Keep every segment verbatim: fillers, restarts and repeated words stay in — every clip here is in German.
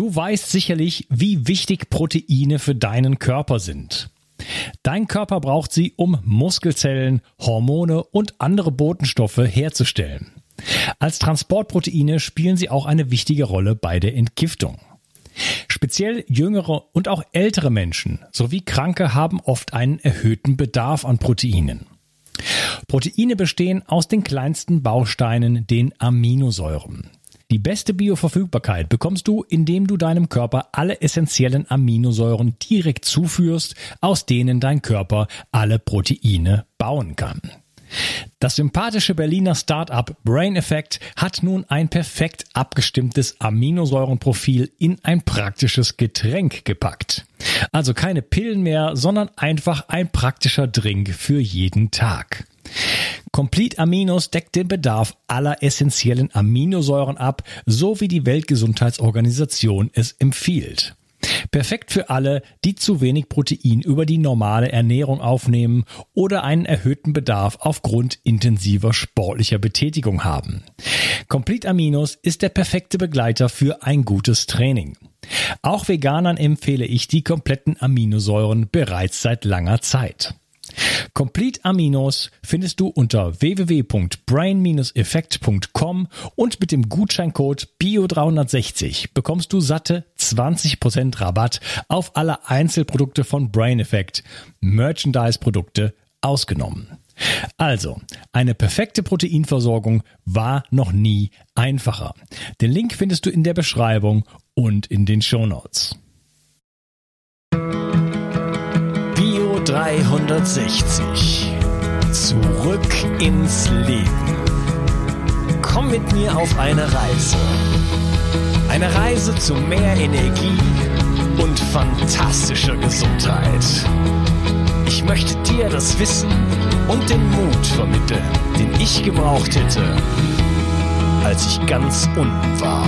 Du weißt sicherlich, wie wichtig Proteine für deinen Körper sind. Dein Körper braucht sie, um Muskelzellen, Hormone und andere Botenstoffe herzustellen. Als Transportproteine spielen sie auch eine wichtige Rolle bei der Entgiftung. Speziell jüngere und auch ältere Menschen sowie Kranke haben oft einen erhöhten Bedarf an Proteinen. Proteine bestehen aus den kleinsten Bausteinen, den Aminosäuren. Die beste Bioverfügbarkeit bekommst du, indem du deinem Körper alle essentiellen Aminosäuren direkt zuführst, aus denen dein Körper alle Proteine bauen kann. Das sympathische Berliner Start-up Brain Effect hat nun ein perfekt abgestimmtes Aminosäurenprofil in ein praktisches Getränk gepackt. Also keine Pillen mehr, sondern einfach ein praktischer Drink für jeden Tag. Complete Aminos deckt den Bedarf aller essentiellen Aminosäuren ab, so wie die Weltgesundheitsorganisation es empfiehlt. Perfekt für alle, die zu wenig Protein über die normale Ernährung aufnehmen oder einen erhöhten Bedarf aufgrund intensiver sportlicher Betätigung haben. Complete Aminos ist der perfekte Begleiter für ein gutes Training. Auch Veganern empfehle ich die kompletten Aminosäuren bereits seit langer Zeit. Complete Aminos findest du unter w w w punkt brain effect punkt com und mit dem Gutscheincode B I O dreihundertsechzig bekommst du satte zwanzig Prozent Rabatt auf alle Einzelprodukte von Brain Effect, Merchandise-Produkte ausgenommen. Also, eine perfekte Proteinversorgung war noch nie einfacher. Den Link findest du in der Beschreibung und in den Shownotes. B I O dreihundertsechzig. Zurück ins Leben. Komm mit mir auf eine Reise. Eine Reise zu mehr Energie und fantastischer Gesundheit. Ich möchte dir das Wissen und den Mut vermitteln, den ich gebraucht hätte, als ich ganz unten war.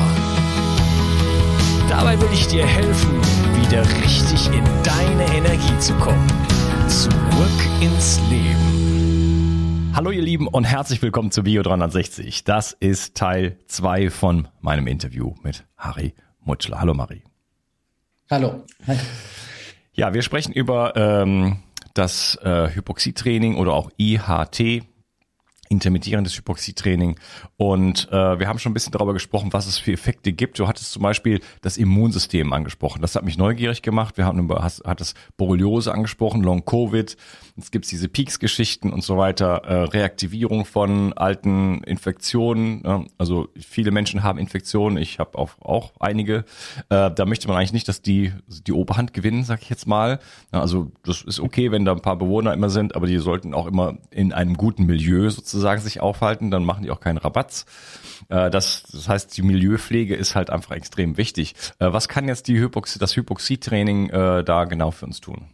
Dabei will ich dir helfen, wieder richtig in deine Energie zu kommen. Zurück ins Leben. Hallo ihr Lieben und herzlich willkommen zu B I O dreihundertsechzig. Das ist Teil zwei von meinem Interview mit Harry Mutschler. Hallo Marie. Hallo. Hi. Ja, wir sprechen über ähm, das äh, Hypoxietraining oder auch I H T, intermittierendes Hypoxietraining. Und äh, wir haben schon ein bisschen darüber gesprochen, was es für Effekte gibt. Du hattest zum Beispiel das Immunsystem angesprochen. Das hat mich neugierig gemacht. Wir haben über, hast, hattest Borreliose angesprochen, Long-Covid. Jetzt gibt's diese Peaks-Geschichten und so weiter. Äh, Reaktivierung von alten Infektionen. Ja, also viele Menschen haben Infektionen. Ich habe auch, auch einige. Äh, da möchte man eigentlich nicht, dass die die Oberhand gewinnen, sag ich jetzt mal. Ja, also das ist okay, wenn da ein paar Bewohner immer sind, aber die sollten auch immer in einem guten Milieu sozusagen sagen, sich aufhalten, dann machen die auch keinen Rabatz. Das, das heißt, die Milieupflege ist halt einfach extrem wichtig. Was kann jetzt die Hypoxie, das Hypoxietraining äh, da genau für uns tun?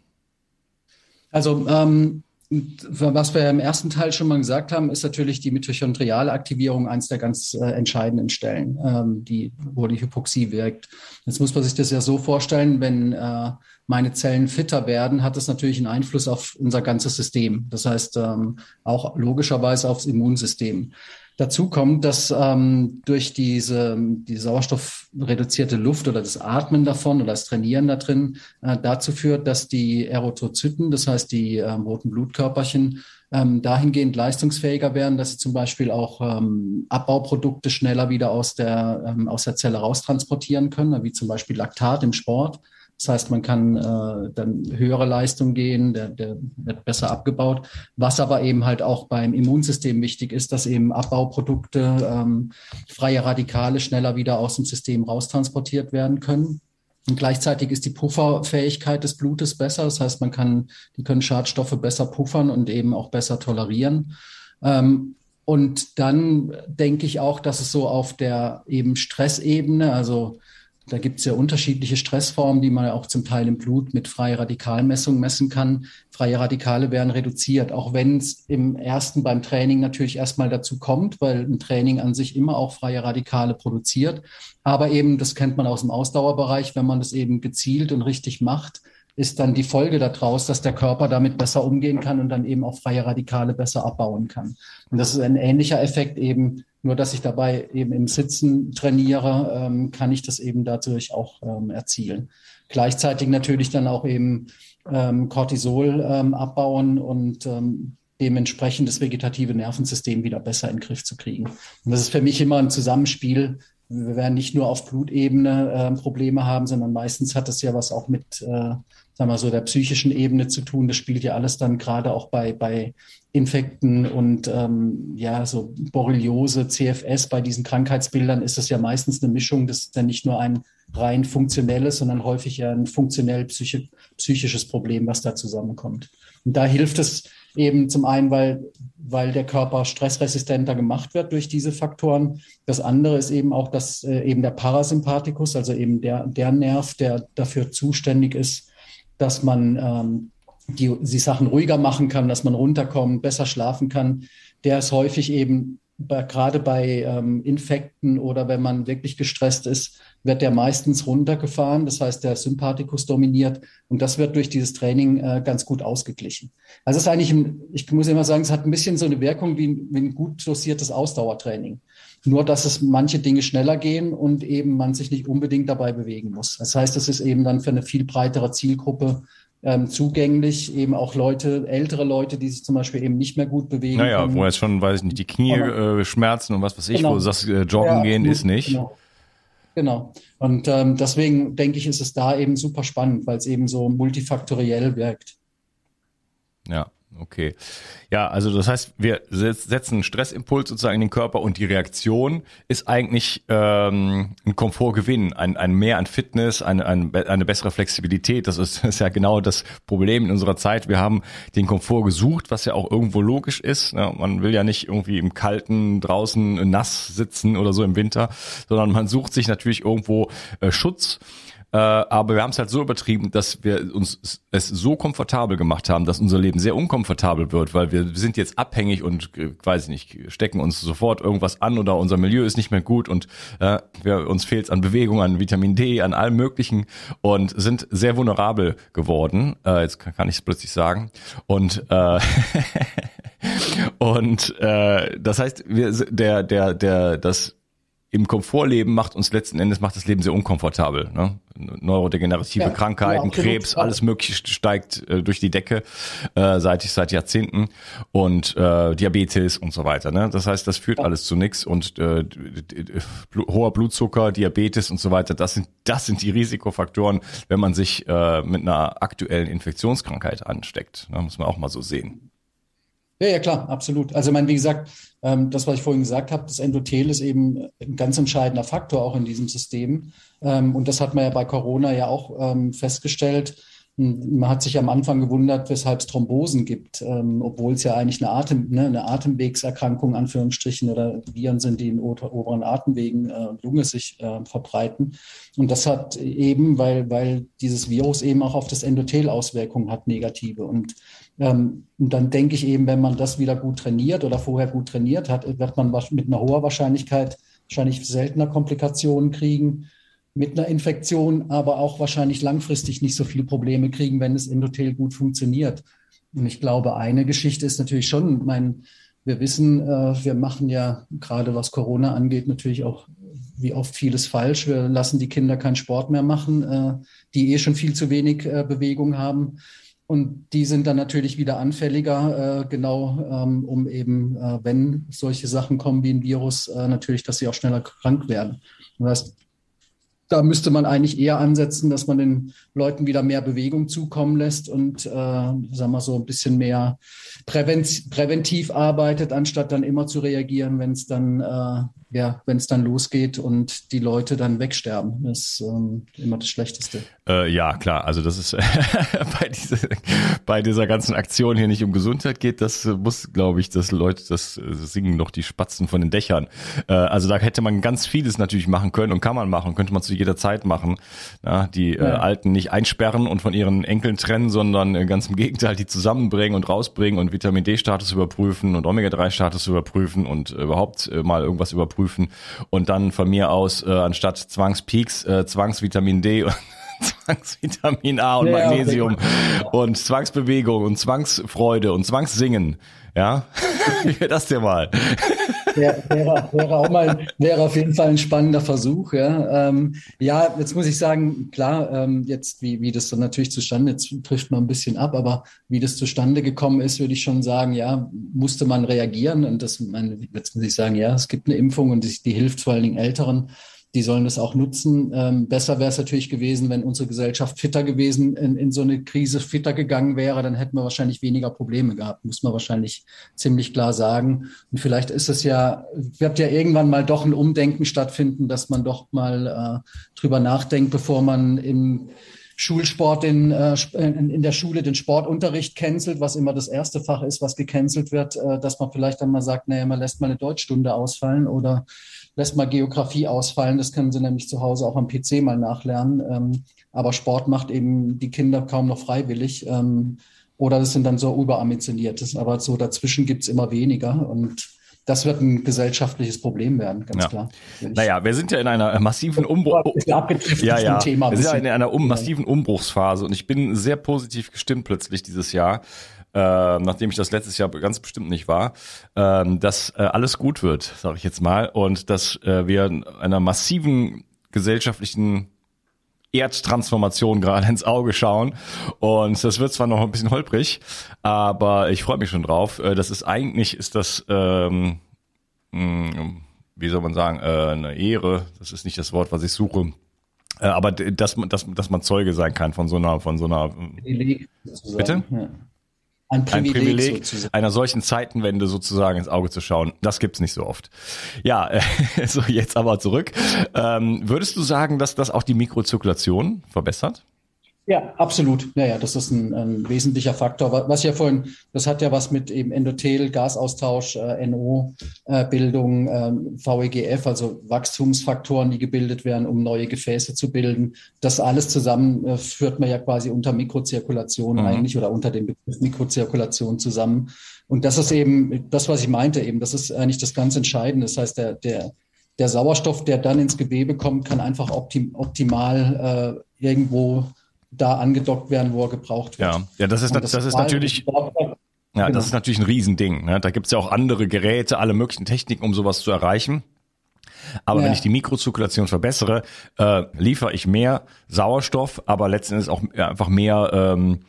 Also ähm, was wir im ersten Teil schon mal gesagt haben, ist natürlich die mitochondriale Aktivierung eins der ganz äh, entscheidenden Stellen, ähm, die, wo die Hypoxie wirkt. Jetzt muss man sich das ja so vorstellen, wenn äh, meine Zellen fitter werden, hat das natürlich einen Einfluss auf unser ganzes System. Das heißt, ähm, auch logischerweise aufs Immunsystem. Dazu kommt, dass ähm, durch diese die sauerstoffreduzierte Luft oder das Atmen davon oder das Trainieren da drin äh, dazu führt, dass die Erythrozyten, das heißt die ähm, roten Blutkörperchen, ähm, dahingehend leistungsfähiger werden, dass sie zum Beispiel auch ähm, Abbauprodukte schneller wieder aus der ähm, aus der Zelle raustransportieren können, wie zum Beispiel Laktat im Sport. Das heißt, man kann äh, dann höhere Leistung gehen, der, der wird besser abgebaut. Was aber eben halt auch beim Immunsystem wichtig ist, dass eben Abbauprodukte, ähm, freie Radikale schneller wieder aus dem System raustransportiert werden können. Und gleichzeitig ist die Pufferfähigkeit des Blutes besser. Das heißt, man kann, die können Schadstoffe besser puffern und eben auch besser tolerieren. Ähm, und dann denke ich auch, dass es so auf der eben Stressebene, also da gibt es ja unterschiedliche Stressformen, die man auch zum Teil im Blut mit freie Radikalmessung messen kann. Freie Radikale werden reduziert, auch wenn es im ersten beim Training natürlich erstmal dazu kommt, weil ein Training an sich immer auch freie Radikale produziert. Aber eben, das kennt man aus dem Ausdauerbereich, wenn man das eben gezielt und richtig macht, ist dann die Folge daraus, dass der Körper damit besser umgehen kann und dann eben auch freie Radikale besser abbauen kann. Und das ist ein ähnlicher Effekt eben Nur dass ich dabei eben im Sitzen trainiere, ähm, kann ich das eben dadurch auch ähm, erzielen. Gleichzeitig natürlich dann auch eben ähm, Cortisol ähm, abbauen und ähm, dementsprechend das vegetative Nervensystem wieder besser in den Griff zu kriegen. Und das ist für mich immer ein Zusammenspiel. Wir werden nicht nur auf Blutebene äh, Probleme haben, sondern meistens hat das ja was auch mit, äh, sagen wir mal so, der psychischen Ebene zu tun. Das spielt ja alles dann gerade auch bei, bei Infekten und ähm, ja, so Borreliose, C F S, bei diesen Krankheitsbildern ist es ja meistens eine Mischung. Das ist ja nicht nur ein rein funktionelles, sondern häufig ja ein funktionell psychi- psychisches Problem, was da zusammenkommt. Und da hilft es eben zum einen, weil, weil der Körper stressresistenter gemacht wird durch diese Faktoren. Das andere ist eben auch, dass äh, eben der Parasympathikus, also eben der, der Nerv, der dafür zuständig ist, dass man ähm, die, die Sachen ruhiger machen kann, dass man runterkommt, besser schlafen kann, der ist häufig eben bei, gerade bei ähm, Infekten oder wenn man wirklich gestresst ist, wird der meistens runtergefahren. Das heißt, der Sympathikus dominiert und das wird durch dieses Training äh, ganz gut ausgeglichen. Also es ist eigentlich, ein, ich muss immer sagen, es hat ein bisschen so eine Wirkung wie, wie ein gut dosiertes Ausdauertraining. Nur, dass es manche Dinge schneller gehen und eben man sich nicht unbedingt dabei bewegen muss. Das heißt, es ist eben dann für eine viel breitere Zielgruppe ähm, zugänglich, eben auch Leute, ältere Leute, die sich zum Beispiel eben nicht mehr gut bewegen Naja, können. wo jetzt schon, weiß ich nicht, die Knie äh, schmerzen und was weiß ich, Genau. wo du sagst, äh, joggen Ja, gehen absolut. ist nicht. Genau. Genau. Und ähm, deswegen denke ich, ist es da eben super spannend, weil es eben so multifaktoriell wirkt. Ja, okay. Ja, also das heißt, wir setzen einen Stressimpuls sozusagen in den Körper und die Reaktion ist eigentlich ähm, ein Komfortgewinn, ein, ein Mehr an Fitness, eine, ein, eine bessere Flexibilität. Das ist, das ist ja genau das Problem in unserer Zeit. Wir haben den Komfort gesucht, was ja auch irgendwo logisch ist. Ja, man will ja nicht irgendwie im Kalten draußen nass sitzen oder so im Winter, sondern man sucht sich natürlich irgendwo äh, Schutz. Äh, aber wir haben es halt so übertrieben, dass wir uns es so komfortabel gemacht haben, dass unser Leben sehr unkomfortabel wird, weil wir sind jetzt abhängig und, äh, weiß ich nicht, stecken uns sofort irgendwas an oder unser Milieu ist nicht mehr gut und äh, wir, uns fehlt es an Bewegung, an Vitamin D, an allem Möglichen und sind sehr vulnerabel geworden. Äh, jetzt kann, kann ich es plötzlich sagen. Und äh, und äh, das heißt, wir, der, der, der, das im Komfortleben macht uns letzten Endes macht das Leben sehr unkomfortabel. Ne? Neurodegenerative Ja, Krankheiten, ja, Krebs, alles Mögliche steigt äh, durch die Decke äh, seit seit Jahrzehnten und äh, Diabetes und so weiter. Ne? Das heißt, das führt ja. alles zu nichts und äh, bl- hoher Blutzucker, Diabetes und so weiter. Das sind das sind die Risikofaktoren, wenn man sich äh, mit einer aktuellen Infektionskrankheit ansteckt. Ne? Muss man auch mal so sehen. Ja, ja, klar, absolut. Also, ich meine, wie gesagt, ähm, das, was ich vorhin gesagt habe, das Endothel ist eben ein ganz entscheidender Faktor auch in diesem System. Ähm, und das hat man ja bei Corona ja auch ähm, festgestellt. Man hat sich am Anfang gewundert, weshalb es Thrombosen gibt, ähm, obwohl es ja eigentlich eine, Atem, ne, eine Atemwegserkrankung, Anführungsstrichen, oder Viren sind, die in oberen Atemwegen äh, Lunge sich äh, verbreiten. Und das hat eben, weil, weil dieses Virus eben auch auf das Endothel Auswirkungen hat, negative. Und, ähm, und dann denke ich eben, wenn man das wieder gut trainiert oder vorher gut trainiert hat, wird man mit einer hohen Wahrscheinlichkeit wahrscheinlich seltener Komplikationen kriegen mit einer Infektion, aber auch wahrscheinlich langfristig nicht so viele Probleme kriegen, wenn das Endothel gut funktioniert. Und ich glaube, eine Geschichte ist natürlich schon, mein, wir wissen, äh, wir machen ja gerade was Corona angeht, natürlich auch wie oft vieles falsch. Wir lassen die Kinder keinen Sport mehr machen, äh, die eh schon viel zu wenig äh, Bewegung haben. Und die sind dann natürlich wieder anfälliger, äh, genau, ähm, um eben, äh, wenn solche Sachen kommen wie ein Virus, äh, natürlich, dass sie auch schneller krank werden. Das heißt, da müsste man eigentlich eher ansetzen, dass man den Leuten wieder mehr Bewegung zukommen lässt und, äh, sagen wir so, ein bisschen mehr prävent- präventiv arbeitet, anstatt dann immer zu reagieren, wenn es dann, äh, ja, wenn es dann losgeht und die Leute dann wegsterben. Das ist ähm, immer das Schlechteste. Äh, ja, klar. Also das ist bei, dieser, bei dieser ganzen Aktion hier nicht um Gesundheit geht. Das muss, glaube ich, dass Leute, das singen noch die Spatzen von den Dächern. Äh, also da hätte man ganz vieles natürlich machen können und kann man machen, könnte man zu jeder Zeit machen. Ja, die ja. äh, Alten nicht einsperren und von ihren Enkeln trennen, sondern äh, ganz im Gegenteil, die zusammenbringen und rausbringen und Vitamin D-Status überprüfen und Omega drei Status überprüfen und äh, überhaupt äh, mal irgendwas überprüfen. Und dann von mir aus äh, anstatt Zwangspeaks, äh, Zwangsvitamin D und Zwangsvitamin A und ja, Magnesium okay. und Zwangsbewegung und Zwangsfreude und Zwangssingen. Ja, wie wäre das denn mal? Wäre, wäre, wäre auch mal, wäre auf jeden Fall ein spannender Versuch, ja. Ähm, ja, jetzt muss ich sagen, klar, ähm, jetzt, wie, wie das dann natürlich zustande, jetzt trifft man ein bisschen ab, aber wie das zustande gekommen ist, würde ich schon sagen, ja, musste man reagieren. Und das, mein, jetzt muss ich sagen, ja, es gibt eine Impfung und die, die hilft vor allen Dingen Älteren. Die sollen das auch nutzen. Ähm, besser wäre es natürlich gewesen, wenn unsere Gesellschaft fitter gewesen, in, in so eine Krise fitter gegangen wäre, dann hätten wir wahrscheinlich weniger Probleme gehabt, muss man wahrscheinlich ziemlich klar sagen. Und vielleicht ist es ja, wird ja irgendwann mal doch ein Umdenken stattfinden, dass man doch mal äh, drüber nachdenkt, bevor man im Schulsport in, äh, in, in der Schule den Sportunterricht cancelt, was immer das erste Fach ist, was gecancelt wird, äh, dass man vielleicht dann mal sagt, naja, man lässt mal eine Deutschstunde ausfallen oder lässt mal Geografie ausfallen. Das können sie nämlich zu Hause auch am P C mal nachlernen. Ähm, aber Sport macht eben die Kinder kaum noch freiwillig. Ähm, oder das sind dann so überambitioniertes. Aber so dazwischen gibt's immer weniger. Und das wird ein gesellschaftliches Problem werden, ganz ja. klar. Naja, wir sind ja in einer massiven Umbruch. Ja, ja. Thema wir sind ja in einer um massiven Umbruchsphase. Und ich bin sehr positiv gestimmt plötzlich dieses Jahr. Äh, nachdem ich das letztes Jahr ganz bestimmt nicht war, äh, dass äh, alles gut wird, sage ich jetzt mal, und dass äh, wir einer massiven gesellschaftlichen Erdtransformation gerade ins Auge schauen. Und das wird zwar noch ein bisschen holprig, aber ich freue mich schon drauf. Äh, das ist eigentlich, ist das, ähm, mh, wie soll man sagen, äh, eine Ehre. Das ist nicht das Wort, was ich suche. Äh, aber dass man, dass, dass man Zeuge sein kann von so einer, von so einer. Bitte? Ja. Ein Privileg, ein Privileg einer solchen Zeitenwende sozusagen ins Auge zu schauen. Das gibt's nicht so oft. Ja, äh, so jetzt aber zurück. Ähm, würdest du sagen, dass das auch die Mikrozirkulation verbessert? Ja, absolut. Naja, das ist ein, ein wesentlicher Faktor. Was ja vorhin, das hat ja was mit eben Endothel, Gasaustausch, äh, N O-Bildung, äh, V E G F, also Wachstumsfaktoren, die gebildet werden, um neue Gefäße zu bilden. Das alles zusammen äh, führt man ja quasi unter Mikrozirkulation mhm. eigentlich oder unter dem Begriff Mikrozirkulation zusammen. Und das ist eben das, was ich meinte eben. Das ist eigentlich das ganz Entscheidende. Das heißt, der, der, der Sauerstoff, der dann ins Gewebe kommt, kann einfach optim, optimal äh, irgendwo da angedockt werden, wo er gebraucht wird. Ja, ja, das ist, das, das ist natürlich, ja, genau. Das ist natürlich ein Riesending. Ne? Da gibt's ja auch andere Geräte, alle möglichen Techniken, um sowas zu erreichen. Aber ja. wenn ich die Mikrozirkulation verbessere, äh, liefere ich mehr Sauerstoff, aber letzten Endes auch einfach mehr, ähm,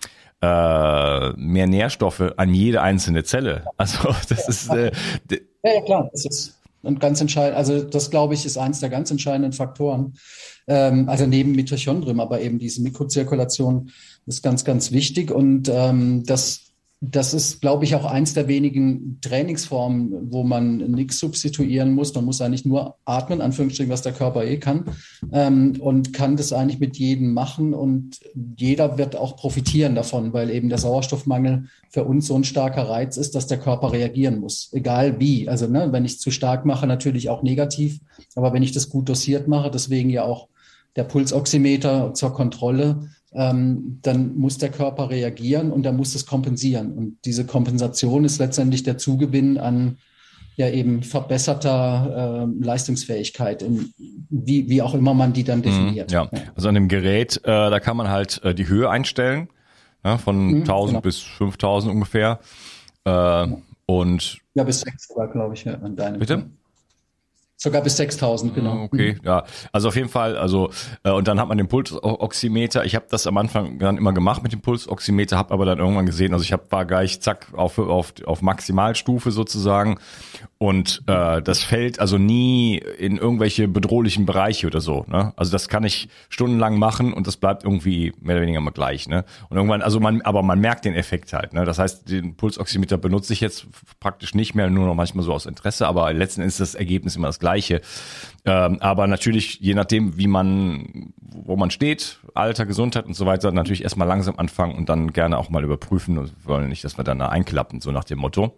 äh, mehr Nährstoffe an jede einzelne Zelle. Also das ja, ist, äh, ja, ja, klar, das ist und ganz entscheidend, also das, glaube ich, ist eins der ganz entscheidenden Faktoren. Ähm, also neben Mitochondrien, aber eben diese Mikrozirkulation ist ganz, ganz wichtig. Und ähm, das, das ist, glaube ich, auch eins der wenigen Trainingsformen, wo man nichts substituieren muss. Man muss eigentlich nur atmen, Anführungsstrichen, was der Körper eh kann, ähm, und kann das eigentlich mit jedem machen. Und jeder wird auch profitieren davon, weil eben der Sauerstoffmangel für uns so ein starker Reiz ist, dass der Körper reagieren muss, egal wie. Also ne, wenn ich es zu stark mache, natürlich auch negativ, aber wenn ich das gut dosiert mache, deswegen ja auch der Pulsoximeter zur Kontrolle, ähm, dann muss der Körper reagieren und er muss das kompensieren. Und diese Kompensation ist letztendlich der Zugewinn an ja eben verbesserter äh, Leistungsfähigkeit, in, wie, wie auch immer man die dann definiert. Ja, also an dem Gerät, äh, da kann man halt äh, die Höhe einstellen, ja, von mhm, tausend genau. bis fünftausend ungefähr. Äh, ja. Und ja, bis sechs sogar, glaube ich, ja, an deinem. Bitte? Fall. Sogar bis sechstausend, genau. Okay, ja. Also auf jeden Fall, also äh, und dann hat man den Pulsoximeter. Ich habe das am Anfang dann immer gemacht mit dem Pulsoximeter, habe aber dann irgendwann gesehen, also ich hab, war gleich zack auf, auf, auf Maximalstufe sozusagen und äh, das fällt also nie in irgendwelche bedrohlichen Bereiche oder so. Ne? Also das kann ich stundenlang machen und das bleibt irgendwie mehr oder weniger immer gleich. Ne? Und irgendwann, also man, aber man merkt den Effekt halt. Ne? Das heißt, den Pulsoximeter benutze ich jetzt praktisch nicht mehr, nur noch manchmal so aus Interesse, aber letzten Endes ist das Ergebnis immer das gleiche. Gleiche. Ähm, aber natürlich, je nachdem, wie man, wo man steht, Alter, Gesundheit und so weiter, natürlich erstmal langsam anfangen und dann gerne auch mal überprüfen und wollen nicht, dass wir dann da einklappen, so nach dem Motto.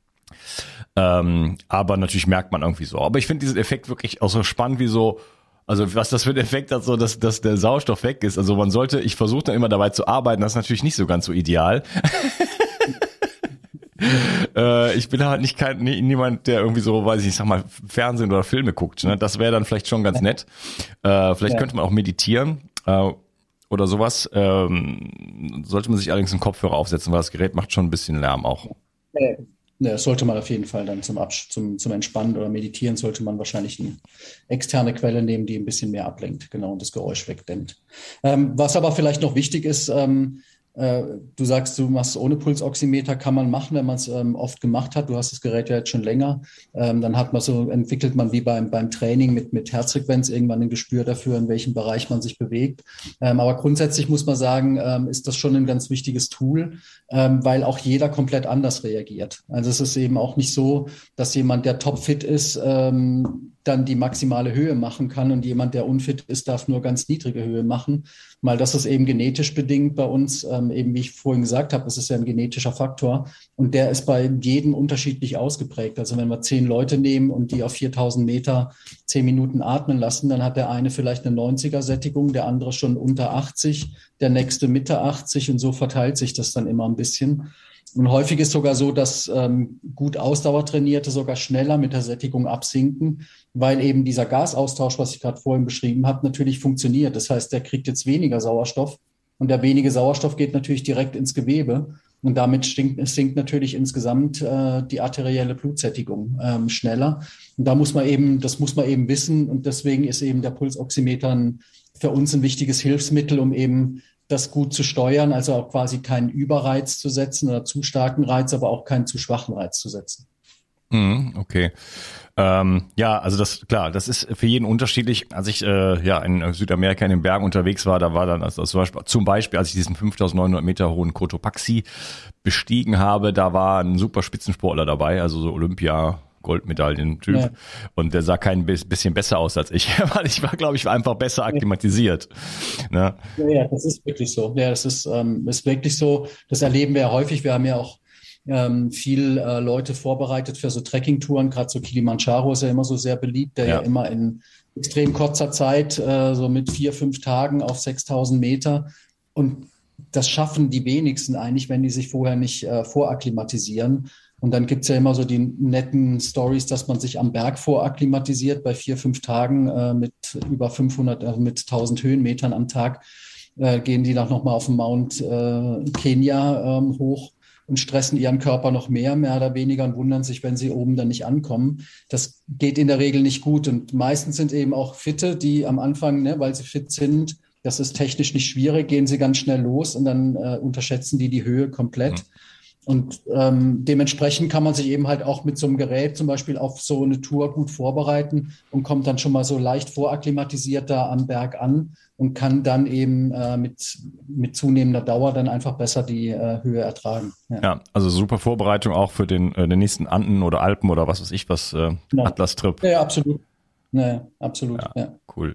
Ähm, aber natürlich merkt man irgendwie so. Aber ich finde diesen Effekt wirklich auch so spannend, wie so, also was das für ein Effekt hat, so dass, dass der Sauerstoff weg ist. Also man sollte, ich versuche dann immer dabei zu arbeiten, das ist natürlich nicht so ganz so ideal. Äh, ich bin halt nicht kein, nie, niemand, der irgendwie so, weiß ich, ich sag mal, Fernsehen oder Filme guckt. Ne? Das wäre dann vielleicht schon ganz nett. Äh, vielleicht ja. könnte man auch meditieren äh, oder sowas. Ähm, sollte man sich allerdings einen Kopfhörer aufsetzen, weil das Gerät macht schon ein bisschen Lärm auch. Ja, Ja, das sollte man auf jeden Fall dann zum, Absch zum, zum Entspannen oder Meditieren sollte man wahrscheinlich eine externe Quelle nehmen, die ein bisschen mehr ablenkt, genau, und das Geräusch wegdämmt. Ähm, was aber vielleicht noch wichtig ist, ähm, äh, du sagst, du machst ohne Pulsoximeter, kann man machen, wenn man es ähm, oft gemacht hat. Du hast das Gerät ja jetzt schon länger. Ähm, dann hat man so, entwickelt man wie beim, beim Training mit, mit Herzfrequenz irgendwann ein Gespür dafür, in welchem Bereich man sich bewegt. Ähm, aber grundsätzlich muss man sagen, ähm, ist das schon ein ganz wichtiges Tool, ähm, weil auch jeder komplett anders reagiert. Also es ist eben auch nicht so, dass jemand, der topfit ist, ähm, dann die maximale Höhe machen kann und jemand, der unfit ist, darf nur ganz niedrige Höhe machen, weil das ist eben genetisch bedingt bei uns, ähm, eben wie ich vorhin gesagt habe, es ist ja ein genetischer Faktor und der ist bei jedem unterschiedlich ausgeprägt. Also wenn wir zehn Leute nehmen und die auf viertausend Meter zehn Minuten atmen lassen, dann hat der eine vielleicht eine neunziger Sättigung, der andere schon unter achtzig, der nächste Mitte achtzig und so verteilt sich das dann immer ein bisschen. Und häufig ist sogar so, dass ähm, gut Ausdauertrainierte sogar schneller mit der Sättigung absinken, weil eben dieser Gasaustausch, was ich gerade vorhin beschrieben habe, natürlich funktioniert. Das heißt, der kriegt jetzt weniger Sauerstoff und der wenige Sauerstoff geht natürlich direkt ins Gewebe und damit sinkt, sinkt natürlich insgesamt äh, die arterielle Blutsättigung ähm, schneller. Und da muss man eben, das muss man eben wissen und deswegen ist eben der Pulsoximeter ein, für uns ein wichtiges Hilfsmittel, um eben das gut zu steuern, also auch quasi keinen Überreiz zu setzen oder zu starken Reiz, aber auch keinen zu schwachen Reiz zu setzen. Mhm, okay. Ähm, ja, also das, klar, das ist für jeden unterschiedlich. Als ich äh, ja in Südamerika in den Bergen unterwegs war, da war dann also zum Beispiel, zum Beispiel, als ich diesen fünftausendneunhundert Meter hohen Cotopaxi bestiegen habe, da war ein super Spitzensportler dabei, also so Olympia Goldmedaillen-Typ. Ja. Und der sah kein bisschen besser aus als ich, weil ich war, glaube ich, einfach besser akklimatisiert. Ne? Ja, ja, das ist wirklich so. Ja, das ist, ähm, ist wirklich so. Das erleben wir ja häufig. Wir haben ja auch ähm, viel äh, Leute vorbereitet für so Trekkingtouren. Gerade so Kilimanjaro ist ja immer so sehr beliebt, der ja, ja immer in extrem kurzer Zeit, äh, so mit vier, fünf Tagen auf sechstausend Meter. Und das schaffen die wenigsten eigentlich, wenn die sich vorher nicht äh, vorakklimatisieren. Und dann gibt's ja immer so die netten Stories, dass man sich am Berg vorakklimatisiert bei vier, fünf Tagen äh, mit über fünfhundert, also mit tausend Höhenmetern am Tag, äh, gehen die dann nochmal auf den Mount äh, Kenia ähm, hoch und stressen ihren Körper noch mehr, mehr oder weniger und wundern sich, wenn sie oben dann nicht ankommen. Das geht in der Regel nicht gut. Und meistens sind eben auch Fitte, die am Anfang, ne, weil sie fit sind, das ist technisch nicht schwierig, gehen sie ganz schnell los und dann äh, unterschätzen die die Höhe komplett. Mhm. Und ähm, dementsprechend kann man sich eben halt auch mit so einem Gerät zum Beispiel auf so eine Tour gut vorbereiten und kommt dann schon mal so leicht vorakklimatisiert da am Berg an und kann dann eben äh, mit, mit zunehmender Dauer dann einfach besser die äh, Höhe ertragen. Ja. ja, also super Vorbereitung auch für den, äh, den nächsten Anden oder Alpen oder was weiß ich was, äh, ja. Atlas-Trip. Ja, absolut. Ja, absolut. Ja, ja. Cool.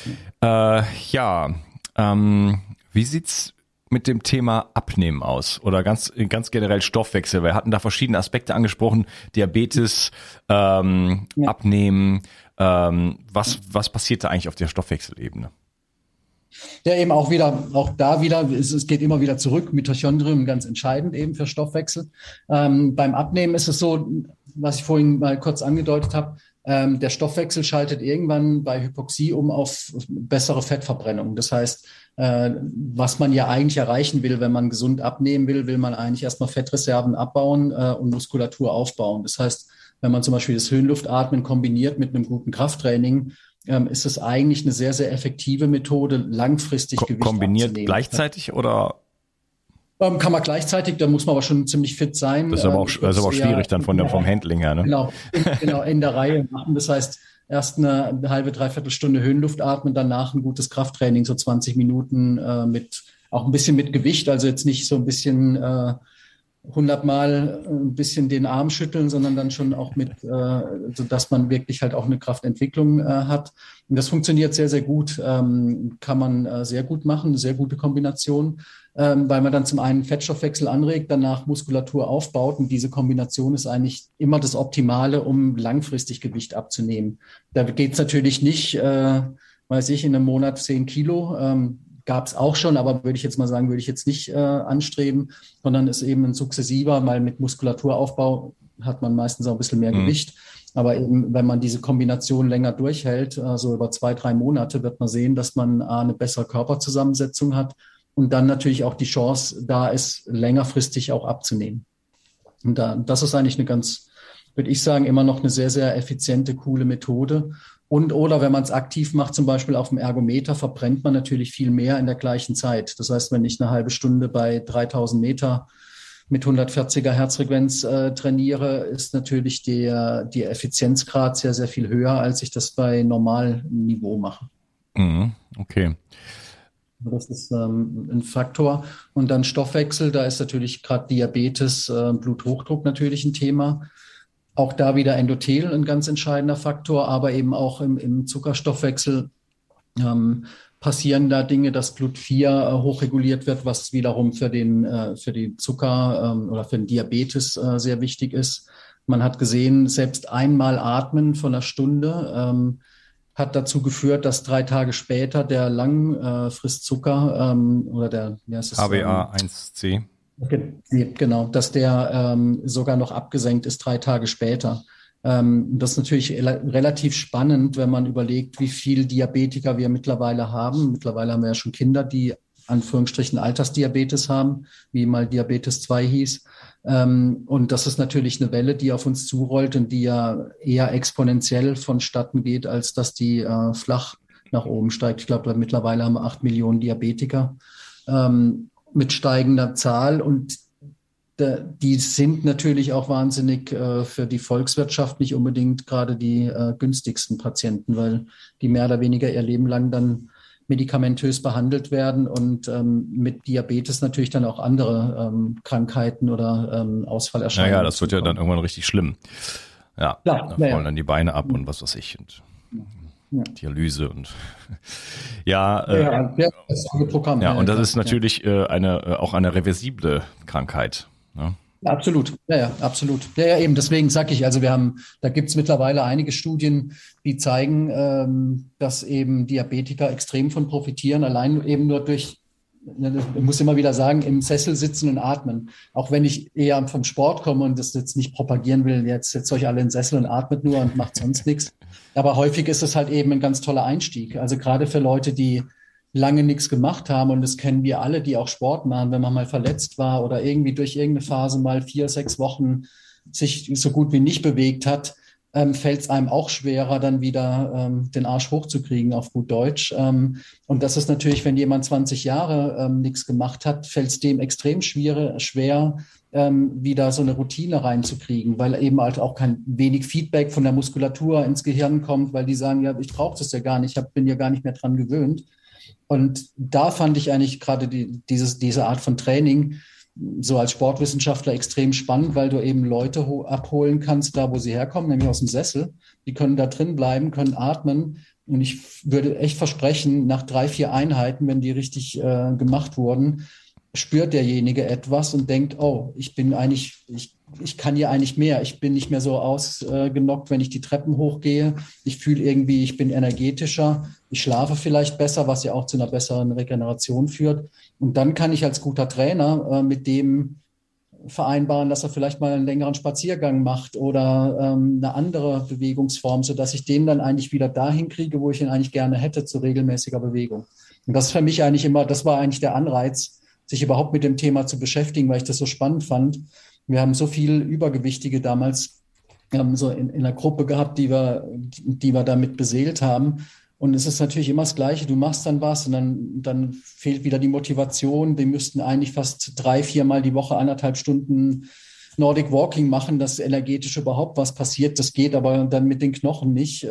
Ja, äh, ja ähm, wie sieht's mit dem Thema Abnehmen aus oder ganz ganz generell Stoffwechsel? Wir hatten da verschiedene Aspekte angesprochen, Diabetes, ähm, ja. Abnehmen. Ähm, was was passiert da eigentlich auf der Stoffwechselebene? Ja, eben auch wieder, auch da wieder, es, es geht immer wieder zurück, Mitochondrien ganz entscheidend eben für Stoffwechsel. Ähm, beim Abnehmen ist es so, was ich vorhin mal kurz angedeutet habe, ähm, der Stoffwechsel schaltet irgendwann bei Hypoxie um auf bessere Fettverbrennung. Das heißt, äh, was man ja eigentlich erreichen will, wenn man gesund abnehmen will, will man eigentlich erstmal Fettreserven abbauen äh, und Muskulatur aufbauen. Das heißt, wenn man zum Beispiel das Höhenluftatmen kombiniert mit einem guten Krafttraining, ähm, ist es eigentlich eine sehr, sehr effektive Methode, langfristig Ko- Gewicht kombiniert abzunehmen. Gleichzeitig oder? Ähm, kann man gleichzeitig, da muss man aber schon ziemlich fit sein. Das ist aber auch, das ist aber auch schwierig dann von der, vom Handling her, ne? Genau, in, genau, in der Reihe machen. Das heißt, erst eine halbe, dreiviertel Stunde Höhenluft atmen, danach ein gutes Krafttraining, so zwanzig Minuten äh, mit, auch ein bisschen mit Gewicht, also jetzt nicht so ein bisschen äh, hundertmal ein bisschen den Arm schütteln, sondern dann schon auch mit, äh, so dass man wirklich halt auch eine Kraftentwicklung äh, hat. Und das funktioniert sehr, sehr gut, ähm, kann man äh, sehr gut machen, eine sehr gute Kombination, ähm, weil man dann zum einen Fettstoffwechsel anregt, danach Muskulatur aufbaut und diese Kombination ist eigentlich immer das Optimale, um langfristig Gewicht abzunehmen. Da geht es natürlich nicht, äh, weiß ich, in einem Monat zehn Kilo, ähm, gab es auch schon, aber würde ich jetzt mal sagen, würde ich jetzt nicht äh, anstreben, sondern ist eben ein sukzessiver, weil mit Muskulaturaufbau hat man meistens auch ein bisschen mehr mhm. Gewicht. Aber eben, wenn man diese Kombination länger durchhält, also über zwei, drei Monate, wird man sehen, dass man A, eine bessere Körperzusammensetzung hat und dann natürlich auch die Chance da ist, längerfristig auch abzunehmen. Und da, das ist eigentlich eine ganz, würde ich sagen, immer noch eine sehr, sehr effiziente, coole Methode. Und oder wenn man es aktiv macht, zum Beispiel auf dem Ergometer, verbrennt man natürlich viel mehr in der gleichen Zeit. Das heißt, wenn ich eine halbe Stunde bei dreitausend Meter mit hundertvierziger Herzfrequenz äh, trainiere, ist natürlich der, der Effizienzgrad sehr, sehr viel höher, als ich das bei Normalniveau mache. Mhm, okay. Das ist ähm, ein Faktor. Und dann Stoffwechsel, da ist natürlich gerade Diabetes, äh, Bluthochdruck natürlich ein Thema. Auch da wieder Endothel ein ganz entscheidender Faktor, aber eben auch im, im Zuckerstoffwechsel ähm, passieren da Dinge, dass Glut vier äh, hochreguliert wird, was wiederum für den, äh, für den Zucker ähm, oder für den Diabetes äh, sehr wichtig ist. Man hat gesehen, selbst einmal atmen von einer Stunde ähm, hat dazu geführt, dass drei Tage später der Langfristzucker ähm, oder der wie heißt das, H b A eins c. Genau, dass der ähm, sogar noch abgesenkt ist drei Tage später. Ähm, das ist natürlich relativ spannend, wenn man überlegt, wie viel Diabetiker wir mittlerweile haben. Mittlerweile haben wir ja schon Kinder, die Anführungsstrichen Altersdiabetes haben, wie mal Diabetes zwei hieß. Ähm, und das ist natürlich eine Welle, die auf uns zurollt und die ja eher exponentiell vonstatten geht, als dass die äh, flach nach oben steigt. Ich glaube, mittlerweile haben wir acht Millionen Diabetiker. Ähm, mit steigender Zahl und de, die sind natürlich auch wahnsinnig äh, für die Volkswirtschaft nicht unbedingt gerade die äh, günstigsten Patienten, weil die mehr oder weniger ihr Leben lang dann medikamentös behandelt werden und ähm, mit Diabetes natürlich dann auch andere ähm, Krankheiten oder ähm, Ausfallerscheinungen. Naja, das wird ja dann irgendwann richtig schlimm. Ja, ja da fallen ja. dann die Beine ab und was weiß ich. Und ja. Dialyse und ja, äh, ja, ja, das Programm. Ja, und das ist natürlich äh, eine äh, auch eine reversible Krankheit. Ne? Absolut, ja, ja, absolut. Ja, ja, eben, deswegen sage ich, also wir haben, da gibt es mittlerweile einige Studien, die zeigen, ähm, dass eben Diabetiker extrem von profitieren, allein eben nur durch, ich muss immer wieder sagen, im Sessel sitzen und atmen. Auch wenn ich eher vom Sport komme und das jetzt nicht propagieren will, jetzt setzt euch alle in den Sessel und atmet nur und macht sonst nichts. Aber häufig ist es halt eben ein ganz toller Einstieg. Also gerade für Leute, die lange nichts gemacht haben, und das kennen wir alle, die auch Sport machen, wenn man mal verletzt war oder irgendwie durch irgendeine Phase mal vier, sechs Wochen sich so gut wie nicht bewegt hat, ähm, fällt es einem auch schwerer, dann wieder ähm, den Arsch hochzukriegen, auf gut Deutsch. Ähm, und das ist natürlich, wenn jemand zwanzig Jahre ähm, nichts gemacht hat, fällt es dem extrem schwer, schwer ähm, wieder so eine Routine reinzukriegen, weil eben halt auch kein wenig Feedback von der Muskulatur ins Gehirn kommt, weil die sagen, ja, ich brauche das ja gar nicht, ich bin ja gar nicht mehr dran gewöhnt. Und da fand ich eigentlich gerade die, dieses, diese Art von Training so als Sportwissenschaftler extrem spannend, weil du eben Leute ho- abholen kannst, da wo sie herkommen, nämlich aus dem Sessel. Die können da drin bleiben, können atmen. Und ich würde echt versprechen, nach drei, vier Einheiten, wenn die richtig äh, gemacht wurden, spürt derjenige etwas und denkt, oh, ich bin eigentlich, ich, ich kann hier eigentlich mehr. Ich bin nicht mehr so ausgenockt, wenn ich die Treppen hochgehe. Ich fühle irgendwie, ich bin energetischer. Ich schlafe vielleicht besser, was ja auch zu einer besseren Regeneration führt. Und dann kann ich als guter Trainer äh, mit dem vereinbaren, dass er vielleicht mal einen längeren Spaziergang macht oder ähm, eine andere Bewegungsform, sodass ich den dann eigentlich wieder dahin kriege, wo ich ihn eigentlich gerne hätte, zu regelmäßiger Bewegung. Und das ist für mich eigentlich immer, das war eigentlich der Anreiz, sich überhaupt mit dem Thema zu beschäftigen, weil ich das so spannend fand. Wir haben so viel Übergewichtige damals ähm, so in, in einer Gruppe gehabt, die wir, die wir damit beseelt haben. Und es ist natürlich immer das Gleiche. Du machst dann was und dann, dann fehlt wieder die Motivation. Die müssten eigentlich fast drei, viermal die Woche anderthalb Stunden Nordic Walking machen, dass energetisch überhaupt was passiert. Das geht aber dann mit den Knochen nicht.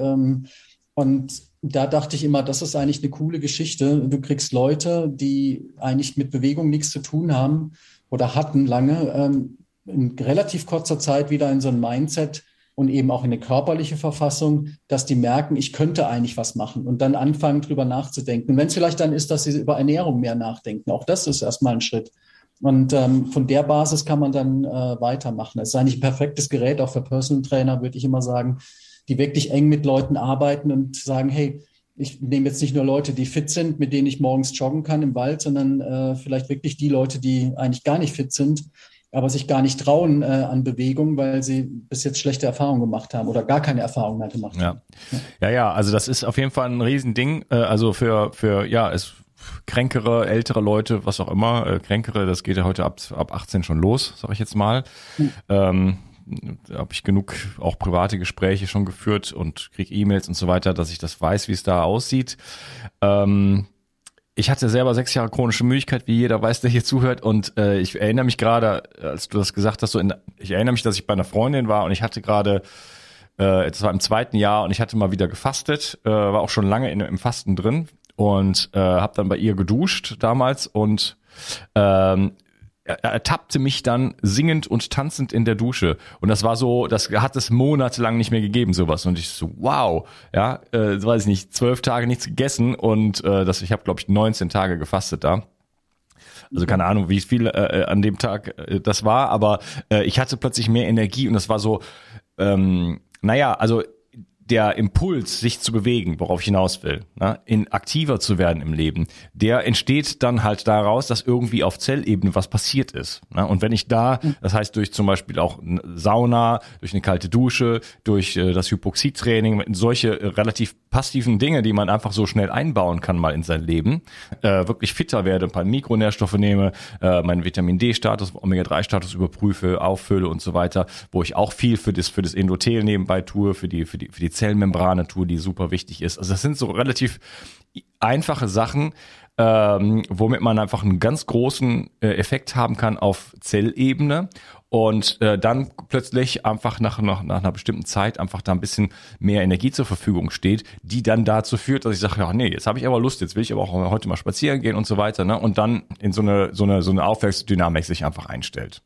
Und da dachte ich immer, das ist eigentlich eine coole Geschichte. Du kriegst Leute, die eigentlich mit Bewegung nichts zu tun haben oder hatten lange, in relativ kurzer Zeit wieder in so ein Mindset und eben auch in eine körperliche Verfassung, dass die merken, ich könnte eigentlich was machen und dann anfangen, drüber nachzudenken. Und wenn es vielleicht dann ist, dass sie über Ernährung mehr nachdenken, auch das ist erstmal ein Schritt. Und ähm, von der Basis kann man dann äh, weitermachen. Es ist eigentlich ein perfektes Gerät, auch für Personal Trainer, würde ich immer sagen, die wirklich eng mit Leuten arbeiten und sagen, hey, ich nehme jetzt nicht nur Leute, die fit sind, mit denen ich morgens joggen kann im Wald, sondern äh, vielleicht wirklich die Leute, die eigentlich gar nicht fit sind, aber sich gar nicht trauen äh, an Bewegung, weil sie bis jetzt schlechte Erfahrungen gemacht haben oder gar keine Erfahrungen mehr gemacht ja. haben. Ja. ja, ja, also das ist auf jeden Fall ein Riesending. Äh, also für, für, ja, es kränkere, ältere Leute, was auch immer, äh, kränkere, das geht ja heute ab, ab achtzehn schon los, sag ich jetzt mal. Mhm. Ähm, da habe ich genug auch private Gespräche schon geführt und kriege E-Mails und so weiter, dass ich das weiß, wie es da aussieht. Ähm, ich hatte selber sechs Jahre chronische Müdigkeit, wie jeder weiß, der hier zuhört. Und äh, ich erinnere mich gerade, als du das gesagt hast, so in, ich erinnere mich, dass ich bei einer Freundin war und ich hatte gerade, äh, das war im zweiten Jahr und ich hatte mal wieder gefastet, äh, war auch schon lange in, im Fasten drin und äh, habe dann bei ihr geduscht damals und ähm, er ertappte mich dann singend und tanzend in der Dusche. Und das war so, das hat es monatelang nicht mehr gegeben, sowas. Und ich so, wow, ja, äh, weiß ich nicht, zwölf Tage nichts gegessen und äh, das, ich habe, glaube ich, neunzehn Tage gefastet da. Also keine Ahnung, wie viel äh, an dem Tag äh, das war, aber äh, ich hatte plötzlich mehr Energie und das war so, ähm, naja, also der Impuls, sich zu bewegen, worauf ich hinaus will, ne, in aktiver zu werden im Leben, der entsteht dann halt daraus, dass irgendwie auf Zellebene was passiert ist. Ne? Und wenn ich da, das heißt durch zum Beispiel auch eine Sauna, durch eine kalte Dusche, durch äh, das Hypoxietraining, solche äh, relativ passiven Dinge, die man einfach so schnell einbauen kann mal in sein Leben, äh, wirklich fitter werde, ein paar Mikronährstoffe nehme, äh, meinen Vitamin D-Status, Omega drei Status überprüfe, auffülle und so weiter, wo ich auch viel für das für das Endothel nebenbei tue, für die für die für die Zellmembrane tue, die super wichtig ist. Also das sind so relativ einfache Sachen, ähm, womit man einfach einen ganz großen äh, Effekt haben kann auf Zellebene und äh, dann plötzlich einfach nach, nach, nach einer bestimmten Zeit einfach da ein bisschen mehr Energie zur Verfügung steht, die dann dazu führt, dass ich sage, ja nee, jetzt habe ich aber Lust, jetzt will ich aber auch heute mal spazieren gehen und so weiter, ne? Und dann in so eine so eine so eine Aufwärtsdynamik sich einfach einstellt.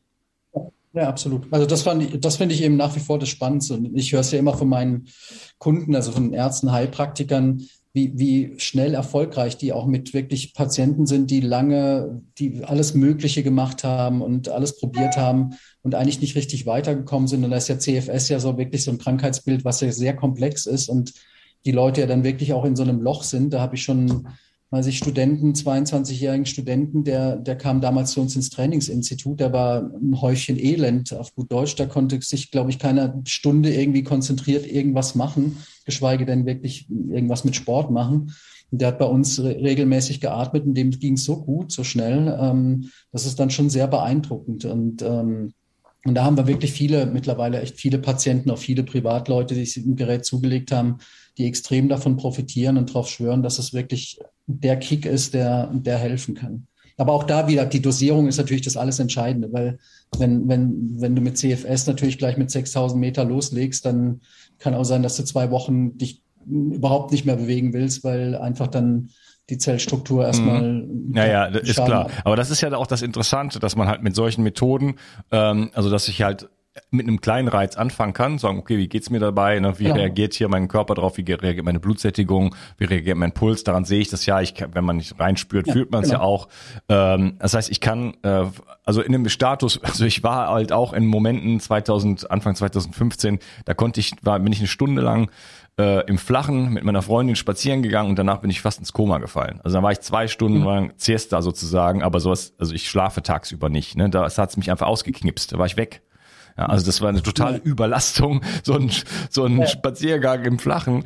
Ja, absolut. Also das fand ich, das finde ich eben nach wie vor das Spannendste. Und ich höre es ja immer von meinen Kunden, also von Ärzten, Heilpraktikern, wie, wie schnell erfolgreich die auch mit wirklich Patienten sind, die lange, die alles Mögliche gemacht haben und alles probiert haben und eigentlich nicht richtig weitergekommen sind. Und da ist ja C F S ja so wirklich so ein Krankheitsbild, was ja sehr komplex ist und die Leute ja dann wirklich auch in so einem Loch sind. Da habe ich schon weiß ich, Studenten, zweiundzwanzigjährigen Studenten, der, der kam damals zu uns ins Trainingsinstitut, der war ein Häufchen Elend auf gut Deutsch, da konnte sich, glaube ich, keine Stunde irgendwie konzentriert irgendwas machen, geschweige denn wirklich irgendwas mit Sport machen. Und der hat bei uns re- regelmäßig geatmet und dem ging es so gut, so schnell, ähm, das ist dann schon sehr beeindruckend. Und ähm, Und da haben wir wirklich viele, mittlerweile echt viele Patienten, auch viele Privatleute, die sich ein Gerät zugelegt haben, die extrem davon profitieren und darauf schwören, dass es wirklich der Kick ist, der, der helfen kann. Aber auch da wieder, die Dosierung ist natürlich das alles Entscheidende, weil wenn, wenn, wenn du mit C F S natürlich gleich mit sechstausend Meter loslegst, dann kann auch sein, dass du zwei Wochen dich überhaupt nicht mehr bewegen willst, weil einfach dann die Zellstruktur erstmal. Ja, ja, das ist klar. Aber das ist ja auch das Interessante, dass man halt mit solchen Methoden, ähm, also dass ich halt mit einem kleinen Reiz anfangen kann, sagen, okay, wie geht's mir dabei, ne? Wie ja. reagiert hier mein Körper drauf, wie reagiert meine Blutsättigung, wie reagiert mein Puls, daran sehe ich das ja, ich kann, wenn man nicht reinspürt, ja, fühlt man es genau. ja auch. Ähm, das heißt, ich kann, äh, also in dem Status, also ich war halt auch in Momenten zweitausend, Anfang zweitausendfünfzehn, da konnte ich, war, bin ich eine Stunde lang äh, im Flachen mit meiner Freundin spazieren gegangen und danach bin ich fast ins Koma gefallen. Also dann war ich zwei Stunden mhm. lang Siesta sozusagen, aber sowas, also ich schlafe tagsüber nicht, ne, da hat's mich einfach ausgeknipst, da war ich weg. Ja, also das war eine totale Überlastung, so ein, so ein ja. Spaziergang im Flachen.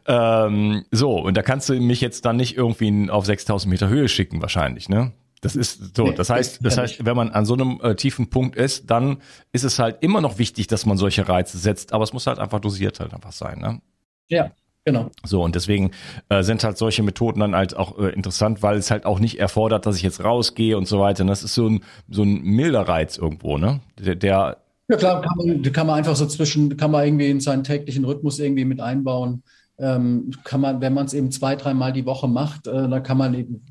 Ähm, so, und da kannst du mich jetzt dann nicht irgendwie auf sechstausend Meter Höhe schicken wahrscheinlich, ne? Das ist so, das heißt, das heißt, wenn man an so einem äh, tiefen Punkt ist, dann ist es halt immer noch wichtig, dass man solche Reize setzt, aber es muss halt einfach dosiert halt einfach sein, ne? Ja. Genau. So, und deswegen äh, sind halt solche Methoden dann halt auch äh, interessant, weil es halt auch nicht erfordert, dass ich jetzt rausgehe und so weiter. Und das ist so ein, so ein milder Reiz irgendwo, ne? Der, der Ja klar, kann man, kann man einfach so zwischen, kann man irgendwie in seinen täglichen Rhythmus irgendwie mit einbauen. Ähm, kann man, wenn man es eben zwei, dreimal die Woche macht, äh, da kann man eben,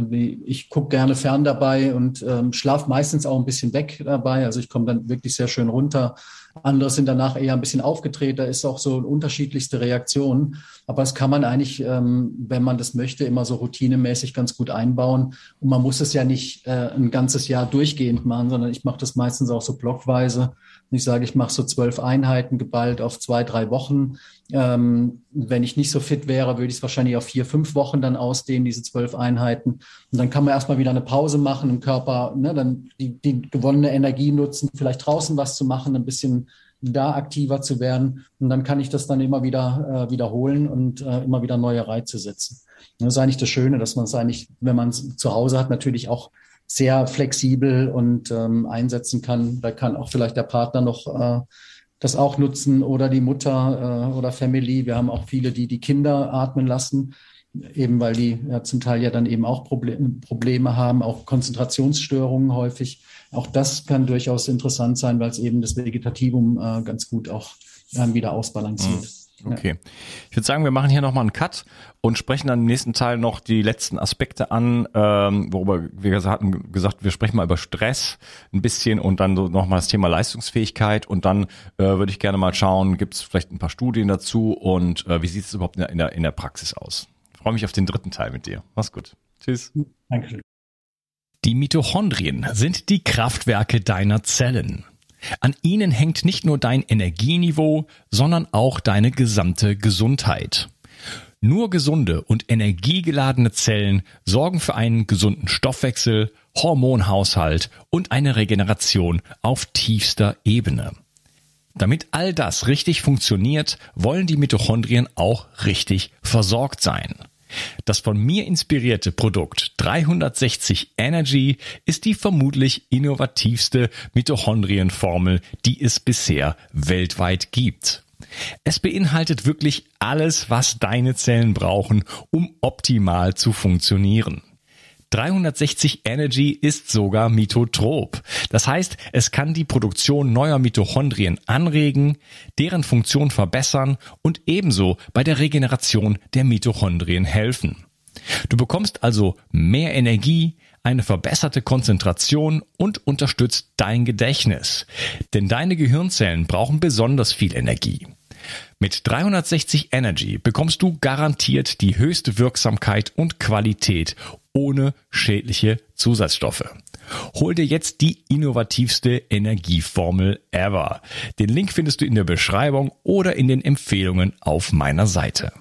ich gucke gerne fern dabei und ähm, schlafe meistens auch ein bisschen weg dabei. Also ich komme dann wirklich sehr schön runter. Andere sind danach eher ein bisschen aufgedreht. Da ist auch so unterschiedlichste Reaktionen. Aber das kann man eigentlich, ähm, wenn man das möchte, immer so routinemäßig ganz gut einbauen. Und man muss es ja nicht äh, ein ganzes Jahr durchgehend machen, sondern ich mache das meistens auch so blockweise. Und ich sage, ich mache so zwölf Einheiten geballt auf zwei, drei Wochen. Ähm, wenn ich nicht so fit wäre, würde ich es wahrscheinlich auf vier, fünf Wochen dann ausdehnen, diese zwölf Einheiten. Und dann kann man erstmal wieder eine Pause machen im Körper, ne, dann die, die gewonnene Energie nutzen, vielleicht draußen was zu machen, ein bisschen da aktiver zu werden. Und dann kann ich das dann immer wieder äh, wiederholen und äh, immer wieder neue Reize setzen. Das ist eigentlich das Schöne, dass man es eigentlich, wenn man es zu Hause hat, natürlich auch sehr flexibel und ähm, einsetzen kann. Da kann auch vielleicht der Partner noch äh, das auch nutzen oder die Mutter äh, oder Family. Wir haben auch viele, die die Kinder atmen lassen, eben weil die ja zum Teil ja dann eben auch Probleme, Probleme haben, auch Konzentrationsstörungen häufig. Auch das kann durchaus interessant sein, weil es eben das Vegetativum äh, ganz gut auch äh, wieder ausbalanciert. Mhm. Okay. Ich würde sagen, wir machen hier nochmal einen Cut und sprechen dann im nächsten Teil noch die letzten Aspekte an, ähm, worüber wir hatten gesagt, wir sprechen mal über Stress ein bisschen und dann so nochmal das Thema Leistungsfähigkeit und dann äh, würde ich gerne mal schauen, gibt es vielleicht ein paar Studien dazu und äh, wie sieht es überhaupt in der, in der, in der Praxis aus? Ich freue mich auf den dritten Teil mit dir. Mach's gut. Tschüss. Dankeschön. Die Mitochondrien sind die Kraftwerke deiner Zellen. An ihnen hängt nicht nur dein Energieniveau, sondern auch deine gesamte Gesundheit. Nur gesunde und energiegeladene Zellen sorgen für einen gesunden Stoffwechsel, Hormonhaushalt und eine Regeneration auf tiefster Ebene. Damit all das richtig funktioniert, wollen die Mitochondrien auch richtig versorgt sein. Das von mir inspirierte Produkt dreihundertsechzig Energy ist die vermutlich innovativste Mitochondrienformel, die es bisher weltweit gibt. Es beinhaltet wirklich alles, was deine Zellen brauchen, um optimal zu funktionieren. dreihundertsechzig Energy ist sogar mitotrop. Das heißt, es kann die Produktion neuer Mitochondrien anregen, deren Funktion verbessern und ebenso bei der Regeneration der Mitochondrien helfen. Du bekommst also mehr Energie, eine verbesserte Konzentration und unterstützt dein Gedächtnis. Denn deine Gehirnzellen brauchen besonders viel Energie. Mit dreihundertsechzig Energy bekommst du garantiert die höchste Wirksamkeit und Qualität ohne schädliche Zusatzstoffe. Hol dir jetzt die innovativste Energieformel ever. Den Link findest du in der Beschreibung oder in den Empfehlungen auf meiner Seite.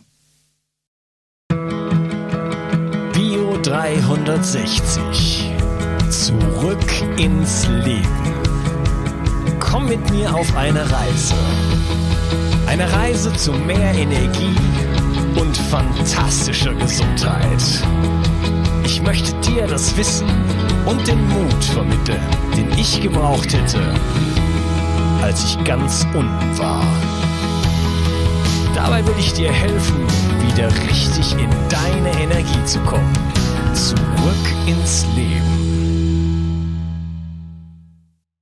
Bio dreihundertsechzig. Zurück ins Leben. Komm mit mir auf eine Reise. Eine Reise zu mehr Energie und fantastischer Gesundheit. Ich möchte dir das Wissen und den Mut vermitteln, den ich gebraucht hätte, als ich ganz unten war. Dabei will ich dir helfen, wieder richtig in deine Energie zu kommen. Zurück ins Leben.